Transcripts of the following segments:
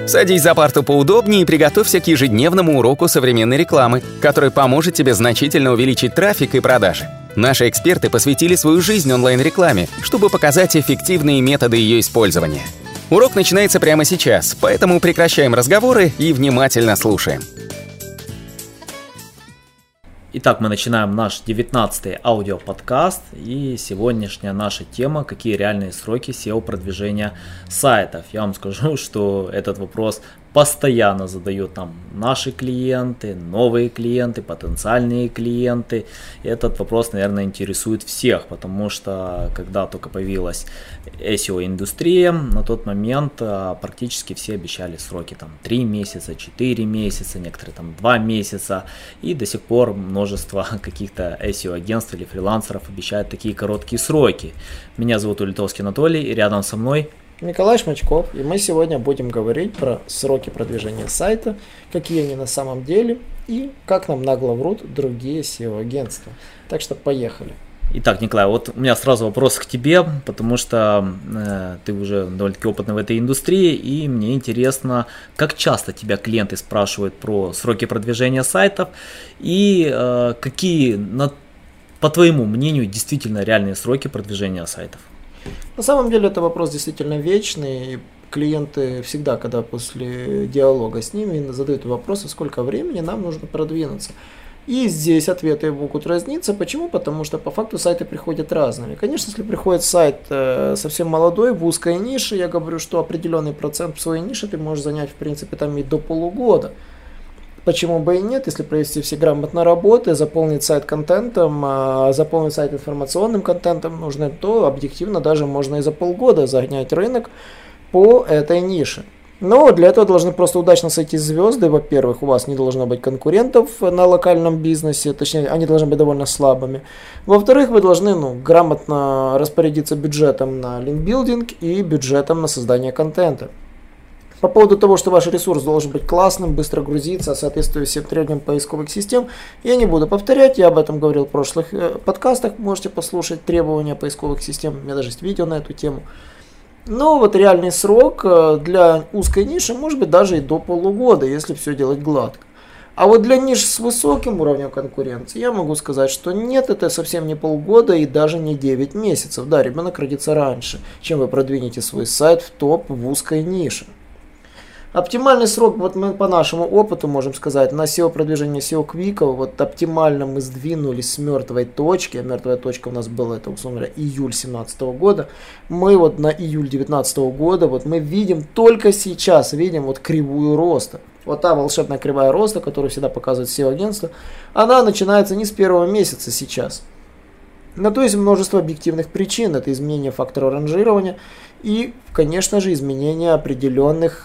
Садись за парту поудобнее и приготовься к ежедневному уроку современной рекламы, который поможет тебе значительно увеличить трафик и продажи. Наши эксперты посвятили свою жизнь онлайн-рекламе, чтобы показать эффективные методы ее использования. Урок начинается прямо сейчас, поэтому прекращаем разговоры и внимательно слушаем. Итак, мы начинаем наш 19-й аудиоподкаст, и сегодняшняя наша тема – какие реальные сроки SEO-продвижения сайтов. Я вам скажу, что этот вопрос постоянно задают нам наши клиенты, новые клиенты, потенциальные клиенты. И этот вопрос, наверное, интересует всех, потому что когда только появилась SEO-индустрия, на тот момент практически все обещали сроки 3 месяца, 4 месяца, некоторые 2 месяца. И до сих пор множество каких-то SEO-агентств или фрилансеров обещают такие короткие сроки. Меня зовут Улитовский Анатолий, и рядом со мной Николай Шмачков, и мы сегодня будем говорить про сроки продвижения сайта, какие они на самом деле и как нам нагло врут другие SEO-агентства. Так что поехали. Итак, Николай, вот у меня сразу вопрос к тебе, потому что ты уже довольно-таки опытный в этой индустрии, и мне интересно, как часто тебя клиенты спрашивают про сроки продвижения сайтов и какие, по твоему мнению, действительно реальные сроки продвижения сайтов? На самом деле это вопрос действительно вечный. Клиенты всегда, когда после диалога с ними задают вопрос, сколько времени нам нужно продвинуться. И здесь ответы могут разниться. Почему? Потому что по факту сайты приходят разными. Конечно, если приходит сайт совсем молодой, в узкой нише, я говорю, что определенный процент в своей нише ты можешь занять, в принципе, и до полугода. Почему бы и нет, если провести все грамотно работы, заполнить сайт контентом, заполнить сайт информационным контентом нужно, то объективно даже можно и за полгода загнать рынок по этой нише. Но для этого должны просто удачно сойти звезды. Во-первых, у вас не должно быть конкурентов на локальном бизнесе, точнее, они должны быть довольно слабыми. Во-вторых, вы должны грамотно распорядиться бюджетом на линкбилдинг и бюджетом на создание контента. По поводу того, что ваш ресурс должен быть классным, быстро грузиться, соответствуя всем требованиям поисковых систем, я не буду повторять, я об этом говорил в прошлых подкастах, можете послушать требования поисковых систем, у меня даже есть видео на эту тему. Но вот реальный срок для узкой ниши может быть даже и до полугода, если все делать гладко. А вот для ниш с высоким уровнем конкуренции я могу сказать, что нет, это совсем не полгода и даже не 9 месяцев. Да, ребенок родится раньше, чем вы продвинете свой сайт в топ в узкой нише. Оптимальный срок, вот мы по нашему опыту можем сказать, на SEO-продвижение SEO-квика, вот оптимально мы сдвинулись с мертвой точки, а мертвая точка у нас была, это, условно говоря, июль 2017 года, мы вот на июль 2019 года, вот мы видим, только сейчас видим вот кривую роста. Вот та волшебная кривая роста, которую всегда показывает SEO-агентство, она начинается не с первого месяца сейчас. Но то есть множество объективных причин, это изменение фактора ранжирования и, конечно же, изменение определенных,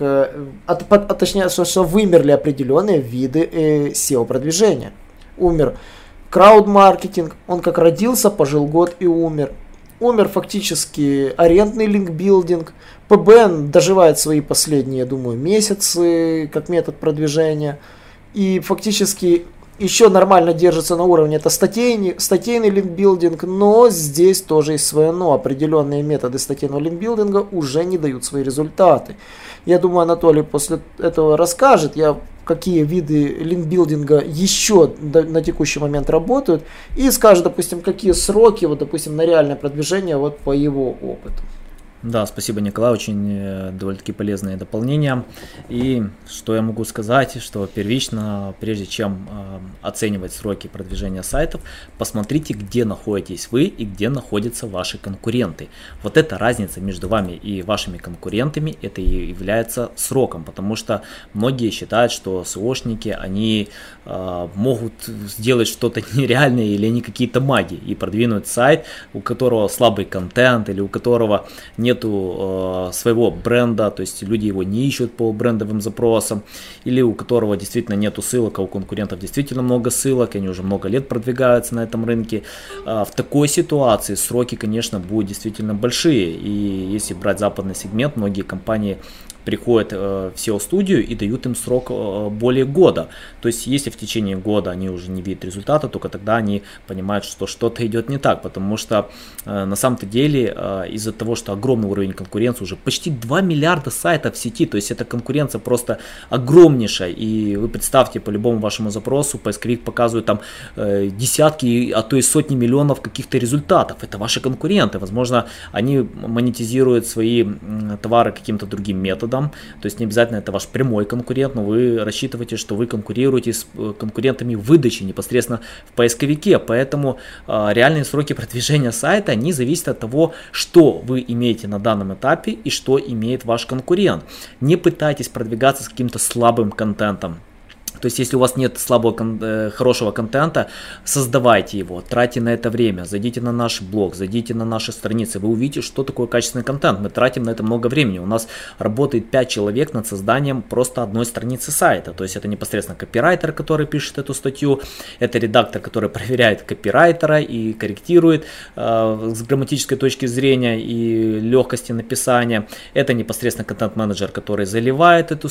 точнее, что вымерли определенные виды SEO-продвижения. Умер крауд-маркетинг, он как родился, пожил год и умер. Умер фактически арендный линкбилдинг, ПБН доживает свои последние, я думаю, месяцы как метод продвижения и фактически еще нормально держится на уровне, это статейный линкбилдинг, но здесь тоже есть свое но. Определенные методы статейного линкбилдинга уже не дают свои результаты. Я думаю, Анатолий после этого расскажет, какие виды линкбилдинга еще на текущий момент работают, и скажет, допустим, какие сроки, вот, допустим, на реальное продвижение вот по его опыту. Да, спасибо, Николай, очень довольно-таки полезные дополнения. И что я могу сказать, что первично, прежде чем оценивать сроки продвижения сайтов, посмотрите, где находитесь вы и где находятся ваши конкуренты. Вот эта разница между вами и вашими конкурентами, это и является сроком, потому что многие считают, что SEOшники, они могут сделать что-то нереальное или они какие-то маги и продвинуть сайт, у которого слабый контент или у которого нету своего бренда, то есть люди его не ищут по брендовым запросам, или у которого действительно нету ссылок, а у конкурентов действительно много ссылок, они уже много лет продвигаются на этом рынке. В такой ситуации сроки, конечно, будут действительно большие, и если брать западный сегмент, многие компании приходят в SEO-студию и дают им срок более года. То есть если в течение года они уже не видят результата, только тогда они понимают, что что-то идет не так, потому что на самом-то деле из-за того, что огромный уровень конкуренции, уже почти 2 миллиарда сайтов в сети, то есть эта конкуренция просто огромнейшая, и вы представьте, по любому вашему запросу поисковик показывает там десятки, а то и сотни миллионов каких-то результатов. Это ваши конкуренты, возможно, они монетизируют свои товары каким-то другим методом, то есть не обязательно это ваш прямой конкурент, но вы рассчитываете, что вы конкурируете с конкурентами в выдаче непосредственно в поисковике, поэтому реальные сроки продвижения сайта, они зависят от того, что вы имеете на данном этапе и что имеет ваш конкурент. Не пытайтесь продвигаться с каким-то слабым контентом. То есть, если у вас нет хорошего контента, создавайте его, тратьте на это время, зайдите на наш блог, зайдите на наши страницы, вы увидите, что такое качественный контент. Мы тратим на это много времени. У нас работает 5 человек над созданием просто одной страницы сайта. То есть, это непосредственно копирайтер, который пишет эту статью, это редактор, который проверяет копирайтера и корректирует с грамматической точки зрения и легкости написания. Это непосредственно контент-менеджер, который заливает эту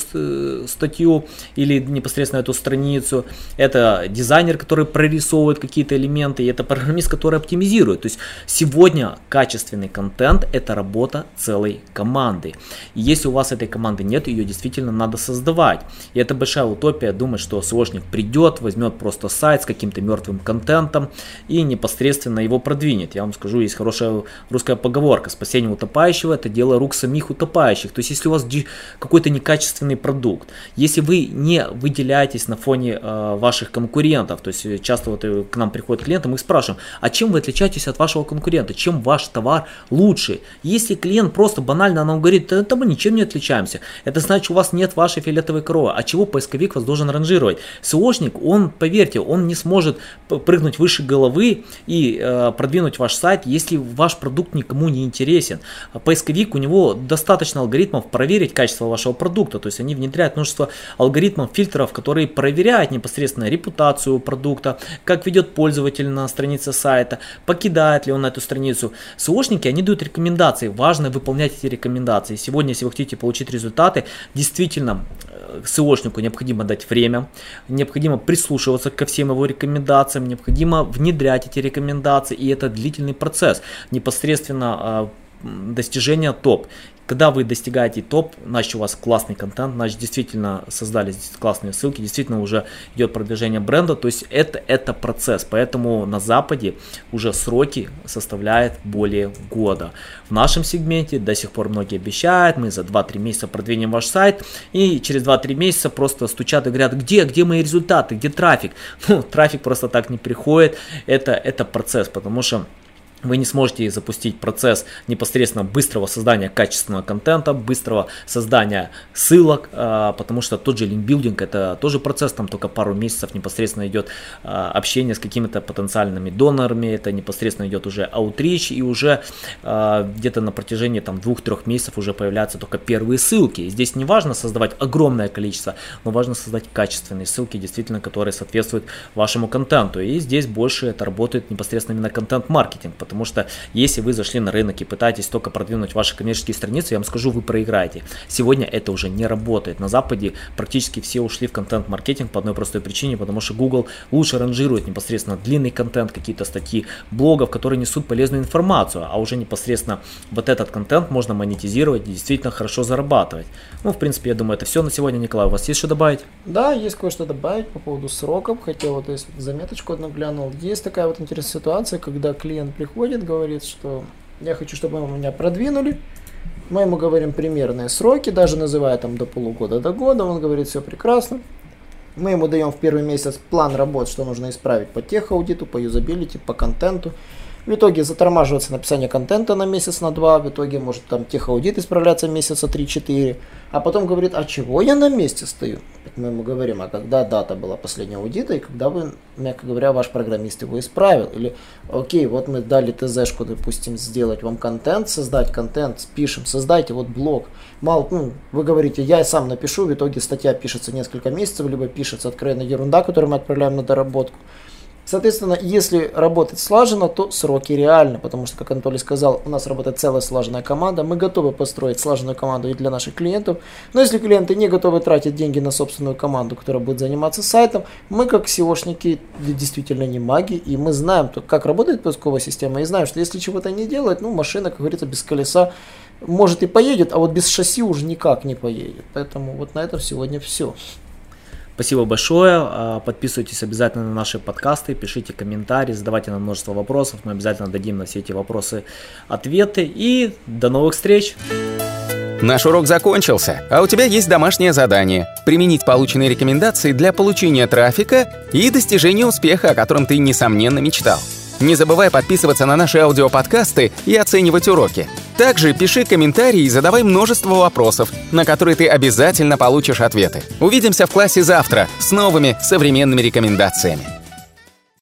статью или непосредственно эту страницу, это дизайнер, который прорисовывает какие-то элементы, и это программист, который оптимизирует. То есть сегодня качественный контент — это работа целой команды. И если у вас этой команды нет, ее действительно надо создавать. И это большая утопия думать, что SEOшник придет, возьмет просто сайт с каким-то мертвым контентом и непосредственно его продвинет. Я вам скажу, есть хорошая русская поговорка: спасение утопающего — это дело рук самих утопающих. То есть если у вас какой-то некачественный продукт, если вы не выделяете на фоне ваших конкурентов, то есть часто вот к нам приходят клиенты, мы их спрашиваем, а чем вы отличаетесь от вашего конкурента, чем ваш товар лучше? Если клиент просто банально нам говорит, да мы ничем не отличаемся, это значит, у вас нет вашей фиолетовой коровы, а чего поисковик вас должен ранжировать? SEOшник, он, поверьте, он не сможет прыгнуть выше головы и продвинуть ваш сайт, если ваш продукт никому не интересен. Поисковик, у него достаточно алгоритмов проверить качество вашего продукта, то есть они внедряют множество алгоритмов, фильтров, которые проверяют непосредственно репутацию продукта, как ведет пользователь на странице сайта, покидает ли он эту страницу. SEOшники, они дают рекомендации, важно выполнять эти рекомендации. Сегодня, если вы хотите получить результаты, действительно SEOшнику необходимо дать время, необходимо прислушиваться ко всем его рекомендациям, необходимо внедрять эти рекомендации, и это длительный процесс, непосредственно достижения топ. Когда вы достигаете топ, значит у вас классный контент, значит действительно создались классные ссылки, действительно уже идет продвижение бренда, то есть это процесс, поэтому на Западе уже сроки составляют более года. В нашем сегменте до сих пор многие обещают, мы за 2-3 месяца продвинем ваш сайт, и через 2-3 месяца просто стучат и говорят, где мои результаты, где трафик? Ну, трафик просто так не приходит, это процесс, потому что вы не сможете запустить процесс непосредственно быстрого создания качественного контента, быстрого создания ссылок, потому что тот же линкбилдинг — это тоже процесс, там только пару месяцев непосредственно идет общение с какими-то потенциальными донорами, это непосредственно идет уже аутрич, и уже где-то на протяжении 2-3 месяцев уже появляются только первые ссылки. И здесь не важно создавать огромное количество, но важно создать качественные ссылки, действительно, которые соответствуют вашему контенту. И здесь больше это работает непосредственно именно контент-маркетинг, потому что если вы зашли на рынок и пытаетесь только продвинуть ваши коммерческие страницы, я вам скажу, вы проиграете. Сегодня это уже не работает. На Западе практически все ушли в контент-маркетинг по одной простой причине, потому что Google лучше ранжирует непосредственно длинный контент, какие-то статьи блогов, которые несут полезную информацию, а уже непосредственно вот этот контент можно монетизировать и действительно хорошо зарабатывать. Ну, в принципе, я думаю, это все на сегодня. Николай, у вас есть что добавить? Да, есть кое-что добавить по поводу сроков. Хотел вот здесь заметочку одну глянул. Есть такая вот интересная ситуация, когда клиент приходит, говорит, что я хочу, чтобы вы меня продвинули. Мы ему говорим примерные сроки, даже называя там до полугода, до года. Он говорит, все прекрасно. Мы ему даем в первый месяц план работ, что нужно исправить по техаудиту, по юзабилити, по контенту. В итоге затормаживается написание контента на месяц, на 2, в итоге может там техаудит исправляться месяца 3-4, а потом говорит, а чего я на месте стою? Мы ему говорим, а когда дата была последнего аудита, и когда вы, мягко говоря, ваш программист его исправил? Или, окей, вот мы дали ТЗ-шку, допустим, сделать вам контент, создать контент, пишем, создайте вот блог. Вы говорите, я сам напишу, в итоге статья пишется несколько месяцев, либо пишется откровенно ерунда, которую мы отправляем на доработку. Соответственно, если работать слаженно, то сроки реальны, потому что, как Анатолий сказал, у нас работает целая слаженная команда, мы готовы построить слаженную команду и для наших клиентов, но если клиенты не готовы тратить деньги на собственную команду, которая будет заниматься сайтом, мы как SEOшники действительно не маги, и мы знаем, как работает поисковая система, и знаем, что если чего-то не делать, машина, как говорится, без колеса может и поедет, а вот без шасси уже никак не поедет. Поэтому вот на этом сегодня все. Спасибо большое. Подписывайтесь обязательно на наши подкасты, пишите комментарии, задавайте нам множество вопросов. Мы обязательно дадим на все эти вопросы ответы. И до новых встреч! Наш урок закончился, а у тебя есть домашнее задание – применить полученные рекомендации для получения трафика и достижения успеха, о котором ты, несомненно, мечтал. Не забывай подписываться на наши аудиоподкасты и оценивать уроки. Также пиши комментарии и задавай множество вопросов, на которые ты обязательно получишь ответы. Увидимся в классе завтра с новыми современными рекомендациями.